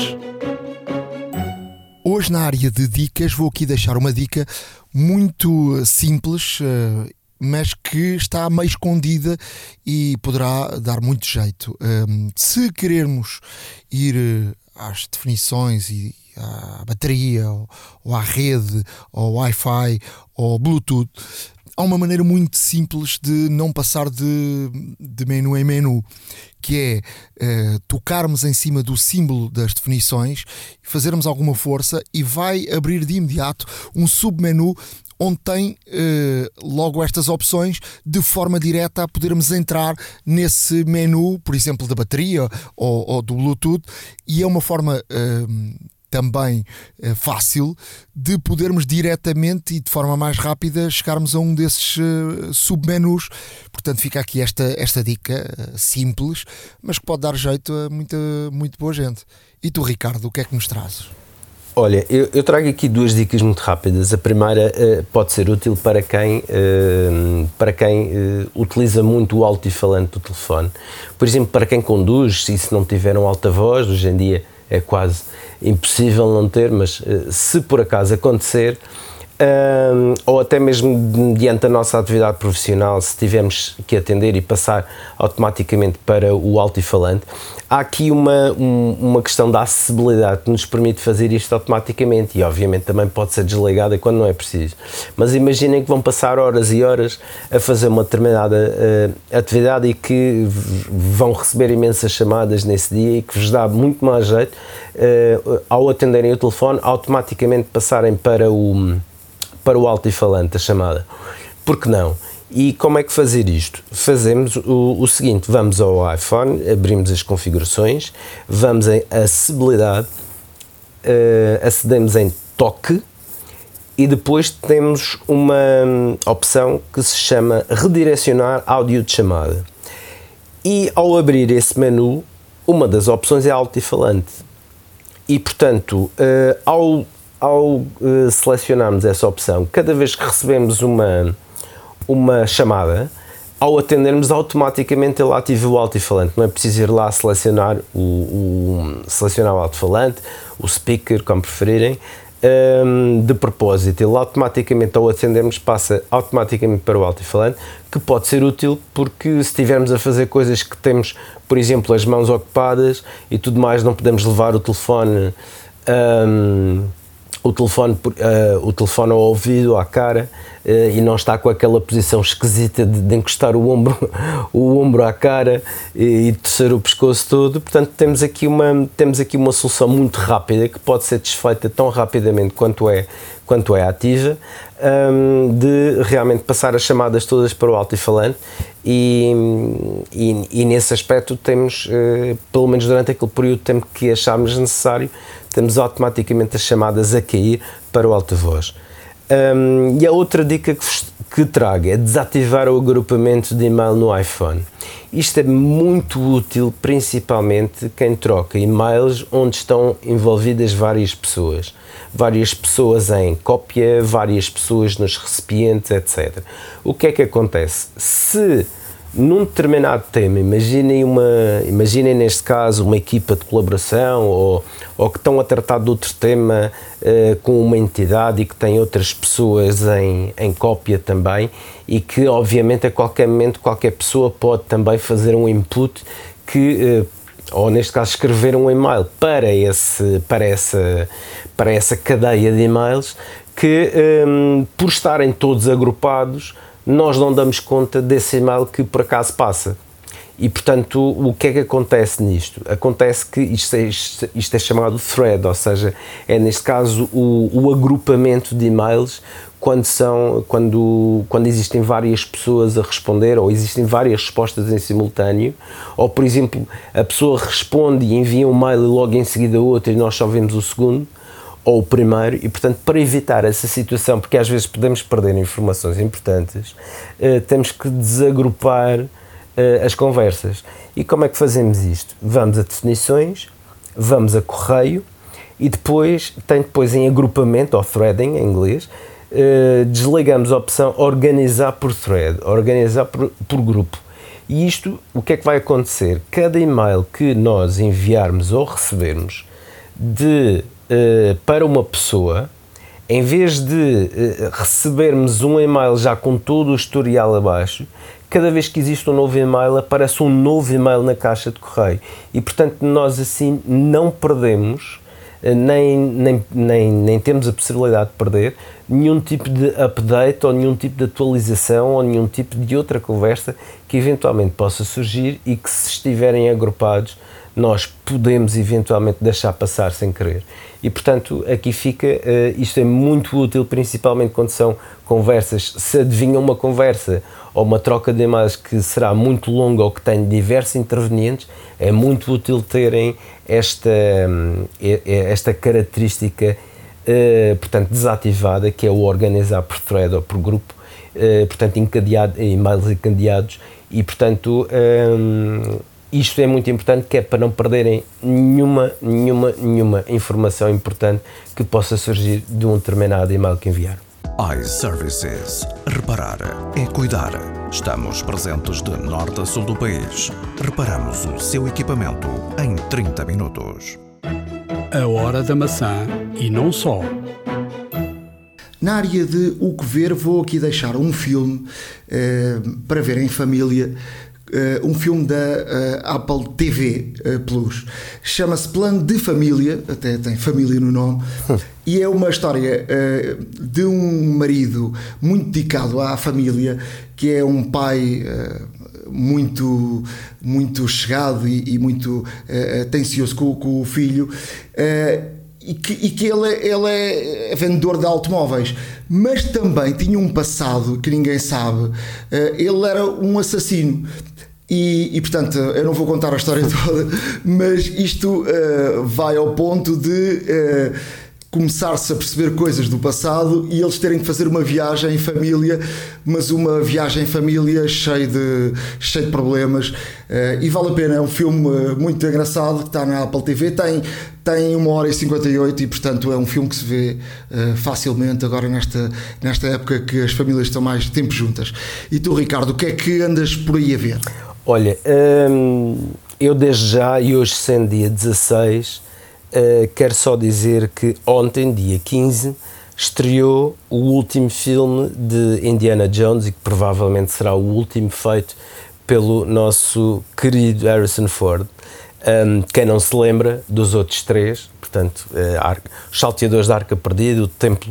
Hoje, na área de dicas, vou aqui deixar uma dica muito simples, mas que está meio escondida e poderá dar muito jeito. Se querermos ir às definições e à bateria, ou à rede, ou Wi-Fi, ou Bluetooth, há uma maneira muito simples de não passar de menu em menu, que é tocarmos em cima do símbolo das definições, fazermos alguma força e vai abrir de imediato um submenu onde tem logo estas opções de forma direta a podermos entrar nesse menu, por exemplo, da bateria ou do Bluetooth, e é uma forma também fácil de podermos diretamente e de forma mais rápida chegarmos a um desses submenus. Portanto, fica aqui esta dica simples, mas que pode dar jeito a muito boa gente. E tu, Ricardo, o que é que nos trazes? Olha, eu trago aqui 2 dicas muito rápidas. A primeira pode ser útil para quem utiliza muito o alto-falante do telefone. Por exemplo, para quem conduz, e se não tiver um alta-voz, hoje em dia é quase impossível não ter, mas se por acaso acontecer, ou até mesmo mediante a nossa atividade profissional, se tivermos que atender e passar automaticamente para o altifalante, há aqui uma questão da acessibilidade que nos permite fazer isto automaticamente e obviamente também pode ser desligada quando não é preciso. Mas imaginem que vão passar horas e horas a fazer uma determinada atividade e que vão receber imensas chamadas nesse dia e que vos dá muito mais jeito ao atenderem o telefone, automaticamente passarem para o altifalante, a chamada. Por que não? E como é que fazer isto? Fazemos o seguinte, vamos ao iPhone, abrimos as configurações, vamos em acessibilidade, acedemos em toque e depois temos uma opção que se chama redirecionar áudio de chamada. E ao abrir esse menu, uma das opções é altifalante. E portanto, ao selecionarmos essa opção, cada vez que recebemos uma chamada, ao atendermos automaticamente ele ativa o altifalante, não é preciso ir lá selecionar selecionar o altifalante, o speaker, como preferirem, de propósito. Ele automaticamente, ao atendermos, passa automaticamente para o altifalante, que pode ser útil porque se estivermos a fazer coisas que temos, por exemplo, as mãos ocupadas e tudo mais, não podemos levar o telefone ao ouvido, à cara, e não está com aquela posição esquisita de encostar o ombro à cara e de torcer o pescoço todo. Portanto, temos aqui uma solução muito rápida que pode ser desfeita tão rapidamente quanto é ativa, de realmente passar as chamadas todas para o altifalante e nesse aspecto temos, pelo menos durante aquele período de tempo que acharmos necessário, temos automaticamente as chamadas a cair para o alta-voz. E a outra dica que trago é desativar o agrupamento de e-mail no iPhone. Isto é muito útil, principalmente quem troca e-mails onde estão envolvidas várias pessoas em cópia, várias pessoas nos recipientes, etc. O que é que acontece? Se num determinado tema, imaginem neste caso uma equipa de colaboração ou que estão a tratar de outro tema com uma entidade e que tem outras pessoas em cópia também, e que obviamente a qualquer momento qualquer pessoa pode também fazer um input ou neste caso escrever um e-mail para essa cadeia de e-mails que por estarem todos agrupados nós não damos conta desse e-mail que por acaso passa. E, portanto, o que é que acontece nisto? Acontece que isto é chamado thread, ou seja, é neste caso o agrupamento de e-mails quando existem várias pessoas a responder, ou existem várias respostas em simultâneo, ou, por exemplo, a pessoa responde e envia um mail e logo em seguida outro e nós só vemos o segundo, ou o primeiro, e portanto para evitar essa situação, porque às vezes podemos perder informações importantes, temos que desagrupar as conversas. E como é que fazemos isto? Vamos a definições, vamos a correio e depois em agrupamento, ou threading em inglês, desligamos a opção organizar por thread, organizar por grupo. E isto, o que é que vai acontecer? Cada e-mail que nós enviarmos ou recebermos para uma pessoa, em vez de recebermos um e-mail já com todo o historial abaixo, cada vez que existe um novo e-mail, aparece um novo e-mail na caixa de correio. E, portanto, nós assim não perdemos, nem temos a possibilidade de perder nenhum tipo de update ou nenhum tipo de atualização ou nenhum tipo de outra conversa que eventualmente possa surgir e que, se estiverem agrupados, nós podemos eventualmente deixar passar sem querer. E, portanto, aqui fica, isto é muito útil, principalmente quando são conversas, se adivinha uma conversa ou uma troca de e-mails que será muito longa ou que tem diversos intervenientes, é muito útil terem esta característica, portanto, desativada, que é o organizar por thread ou por grupo, portanto, e-mails encadeados, e, portanto, isto é muito importante, que é para não perderem nenhuma informação importante que possa surgir de um determinado e-mail que enviaram. iServices. Reparar é cuidar. Estamos presentes de norte a sul do país. Reparamos o seu equipamento em 30 minutos. A hora da maçã e não só. Na área de o que ver, vou aqui deixar um filme para ver em família. Um filme da Apple TV Plus. Chama-se Plano de Família, até tem família no nome, e é uma história de um marido muito dedicado à família, que é um pai muito chegado e muito atencioso com o filho, e que ele é vendedor de automóveis, mas também tinha um passado que ninguém sabe. Ele era um assassino. E portanto, eu não vou contar a história toda, mas isto vai ao ponto de começar-se a perceber coisas do passado e eles terem que fazer uma viagem em família, mas uma viagem em família cheia de problemas, e vale a pena. É um filme muito engraçado que está na Apple TV, tem 1h58 e portanto é um filme que se vê facilmente agora nesta época que as famílias estão mais tempo juntas. E tu, Ricardo, o que é que andas por aí a ver? Olha, eu desde já, e hoje sendo dia 16, quero só dizer que ontem, dia 15, estreou o último filme de Indiana Jones, e que provavelmente será o último feito pelo nosso querido Harrison Ford. Quem não se lembra dos outros três, portanto, os Salteadores da Arca Perdida, o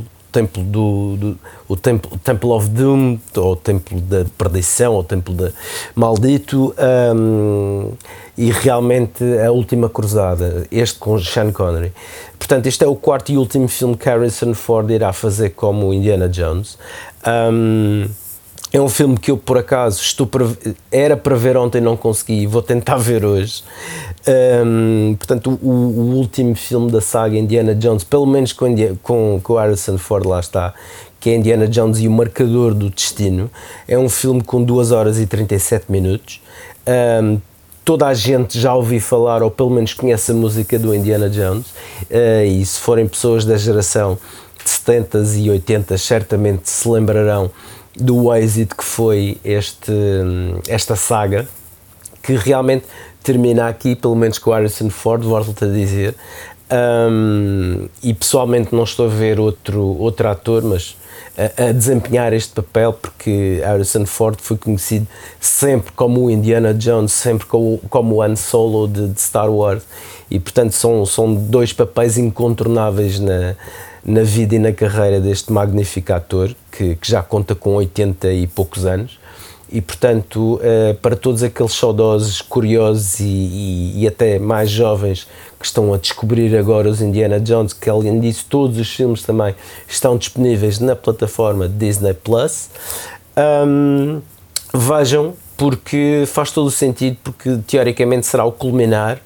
Temple of Doom, ou o Templo da Perdição, ou o Templo da Maldito, e realmente a Última Cruzada, este com Sean Connery. Portanto, este é o quarto e último filme que Harrison Ford irá fazer como Indiana Jones. É um filme que eu, por acaso, era para ver ontem, não consegui, vou tentar ver hoje. Portanto, o último filme da saga Indiana Jones, pelo menos com o Harrison Ford, lá está, que é Indiana Jones e o Marcador do Destino. É um filme com 2 horas e 37 minutos. Toda a gente já ouviu falar, ou pelo menos conhece a música do Indiana Jones, e se forem pessoas da geração de 70s e 80s, certamente se lembrarão do êxito que foi esta saga, que realmente termina aqui, pelo menos com o Harrison Ford, volto a dizer, e pessoalmente não estou a ver outro ator, mas a desempenhar este papel, porque Harrison Ford foi conhecido sempre como o Indiana Jones, sempre como o Han Solo de Star Wars, e portanto são 2 papéis incontornáveis na vida e na carreira deste magnífico ator, que já conta com 80 e poucos anos, e portanto para todos aqueles saudosos, curiosos e até mais jovens que estão a descobrir agora os Indiana Jones, que além disso todos os filmes também estão disponíveis na plataforma Disney+, vejam, porque faz todo o sentido, porque teoricamente será o culminar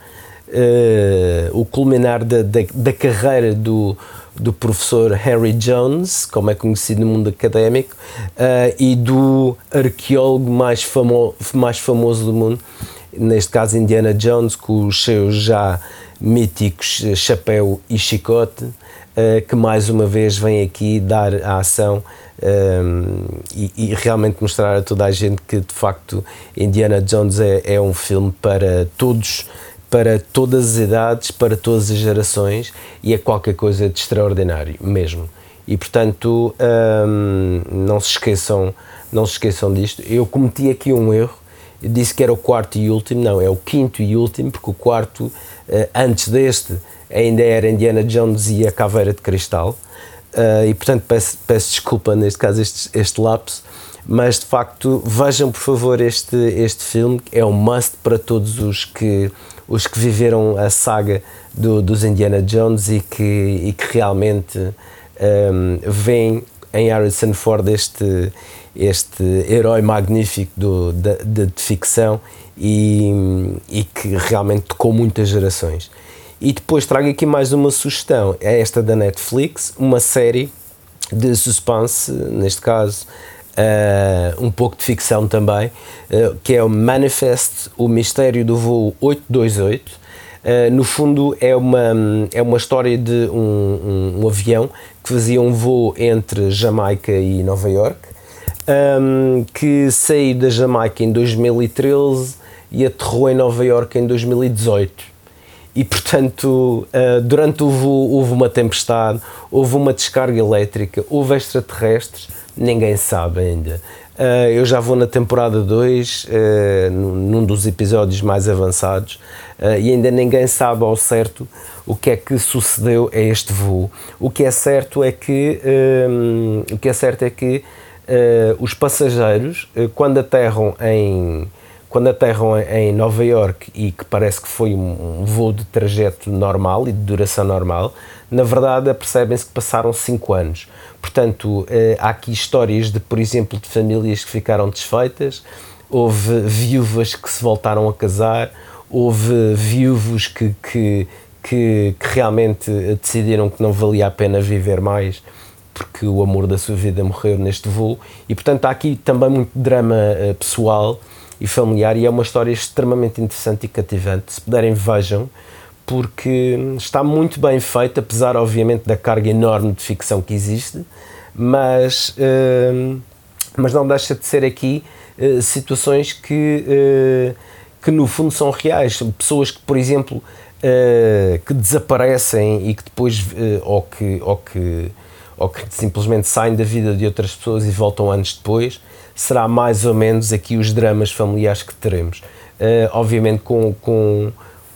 da carreira do professor Harry Jones, como é conhecido no mundo académico, e do arqueólogo mais famoso do mundo, neste caso Indiana Jones, com os seus já míticos chapéu e chicote, que mais uma vez vem aqui dar a ação e realmente mostrar a toda a gente que de facto Indiana Jones é um filme para todos, para todas as idades, para todas as gerações, e é qualquer coisa de extraordinário mesmo. E portanto não se esqueçam disto. Eu cometi aqui um erro, eu disse que era o 4º e último, não, é o 5º e último, porque o 4º, antes deste, ainda era Indiana Jones e a Caveira de Cristal, e portanto peço desculpa neste caso este lapso, mas de facto vejam por favor este filme, é um must para todos os que viveram a saga dos Indiana Jones e que realmente veem em Harrison Ford este herói magnífico de ficção e que realmente tocou muitas gerações. E depois trago aqui mais uma sugestão, é esta da Netflix, uma série de suspense, neste caso um pouco de ficção também, que é o Manifest, o mistério do voo 828. No fundo é uma história de um avião que fazia um voo entre Jamaica e Nova Iorque, que saiu da Jamaica em 2013 e aterrou em Nova Iorque em 2018. E portanto, durante o voo houve uma tempestade, houve uma descarga elétrica, houve extraterrestres, ninguém sabe ainda. Eu já vou na temporada 2, num dos episódios mais avançados, e ainda ninguém sabe ao certo o que é que sucedeu a este voo. O que é certo é que os passageiros, quando aterram em Nova Iorque, e que parece que foi um voo de trajeto normal e de duração normal, na verdade apercebem-se que passaram 5 anos. Portanto, há aqui histórias por exemplo, de famílias que ficaram desfeitas, houve viúvas que se voltaram a casar, houve viúvos que realmente decidiram que não valia a pena viver mais porque o amor da sua vida morreu neste voo, e portanto há aqui também muito drama pessoal e familiar, e é uma história extremamente interessante e cativante. Se puderem, vejam, porque está muito bem feita, apesar obviamente da carga enorme de ficção que existe, mas não deixa de ser aqui situações que no fundo são reais. Pessoas que, por exemplo, que desaparecem e que depois ou que simplesmente saem da vida de outras pessoas e voltam anos depois. Será mais ou menos aqui os dramas familiares que teremos. Obviamente com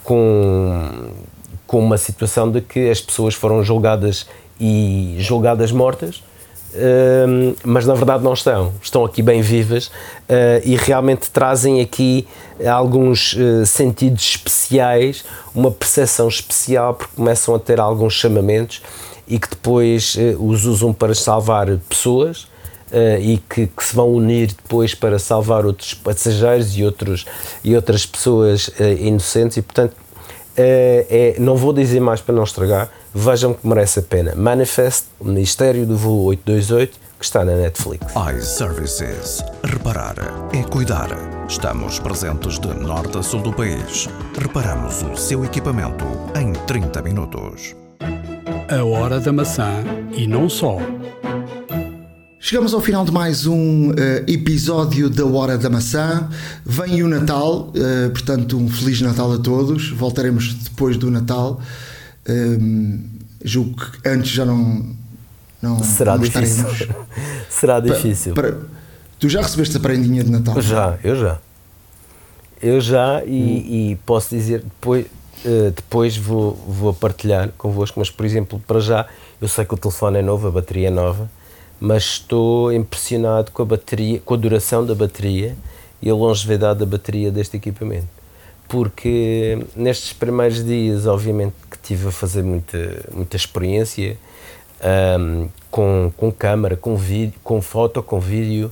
uma situação de que as pessoas foram julgadas mortas, mas na verdade não estão aqui bem vivas, e realmente trazem aqui alguns sentidos especiais, uma percepção especial, porque começam a ter alguns chamamentos e que depois os usam para salvar pessoas, e que se vão unir depois para salvar outros passageiros e outras pessoas inocentes, e portanto não vou dizer mais para não estragar, vejam que merece a pena. Manifest, o Ministério do Voo 828, que está na Netflix. iServices. Reparar é cuidar. Estamos presentes de norte a sul do país. Reparamos o seu equipamento em 30 minutos. A Hora da Maçã e não só. Chegamos ao final de mais um episódio da Hora da Maçã. Vem o Natal, portanto um Feliz Natal a todos. Voltaremos depois do Natal. Julgo que antes já não será difícil. Será difícil. Tu já recebeste a prendinha de Natal? Eu já e posso dizer, depois vou partilhar convosco, mas por exemplo, para já, eu sei que o telefone é novo, a bateria é nova, mas estou impressionado com a bateria, com a duração da bateria e a longevidade da bateria deste equipamento. Porque nestes primeiros dias, obviamente, que tive a fazer muita experiência, com câmara, com vídeo, com foto, com vídeo,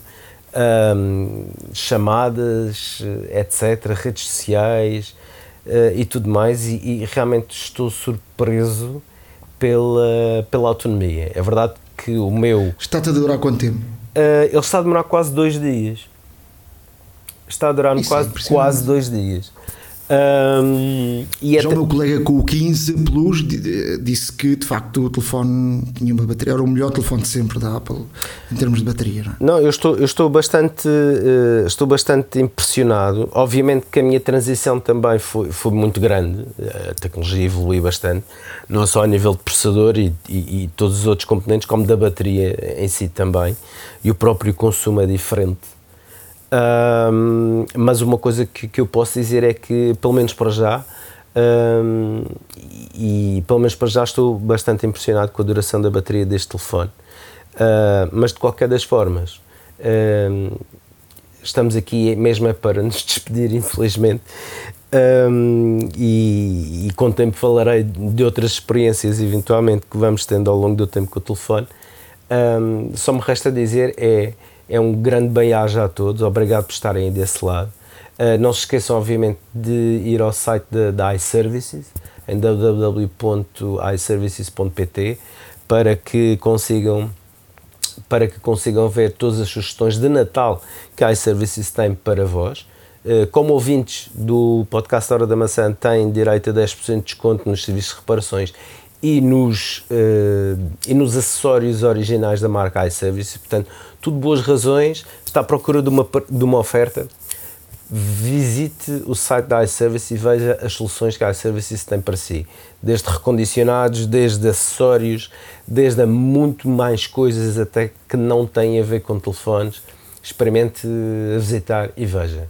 chamadas, etc., redes sociais e tudo mais, e realmente estou surpreso pela autonomia. É verdade que o meu... Está-te a durar quanto tempo? Ele está a demorar quase 2 dias. Está a durar quase 2 dias. Já o meu colega com o 15 Plus disse que de facto o telefone tinha uma bateria, era o melhor telefone de sempre da Apple em termos de bateria, não é? Não, eu estou bastante impressionado. Obviamente que a minha transição também foi muito grande, a tecnologia evolui bastante, não só a nível de processador e todos os outros componentes, como da bateria em si também, e o próprio consumo é diferente. Mas uma coisa que eu posso dizer é que, pelo menos para já, estou bastante impressionado com a duração da bateria deste telefone. Mas de qualquer das formas, estamos aqui mesmo para nos despedir, infelizmente, e com o tempo falarei de outras experiências eventualmente que vamos tendo ao longo do tempo com o telefone. Só me resta dizer é um grande bem-aja a todos, obrigado por estarem aí desse lado. Não se esqueçam, obviamente, de ir ao site da iServices, em www.iservices.pt, para que consigam ver todas as sugestões de Natal que a iServices tem para vós. Como ouvintes do podcast Hora da Maçã, têm direito a 10% de desconto nos serviços de reparações e nos acessórios originais da marca iServices. Portanto, tudo boas razões. Está à procura de uma oferta, visite o site da iServices e veja as soluções que a iServices tem para si, desde recondicionados, desde acessórios, desde a muito mais coisas até que não têm a ver com telefones. Experimente visitar e veja.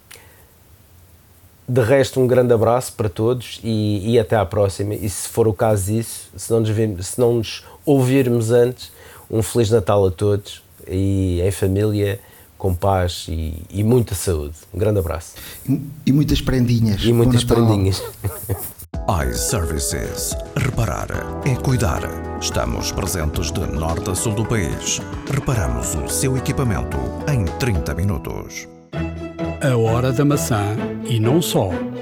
De resto, um grande abraço para todos e até à próxima. E se for o caso disso, se não nos ouvirmos antes, um Feliz Natal a todos e em família, com paz e muita saúde. Um grande abraço. E muitas prendinhas. E muitas prendinhas. iServices. Reparar é cuidar. Estamos presentes de norte a sul do país. Reparamos o seu equipamento em 30 minutos. A Hora da Maçã e não só.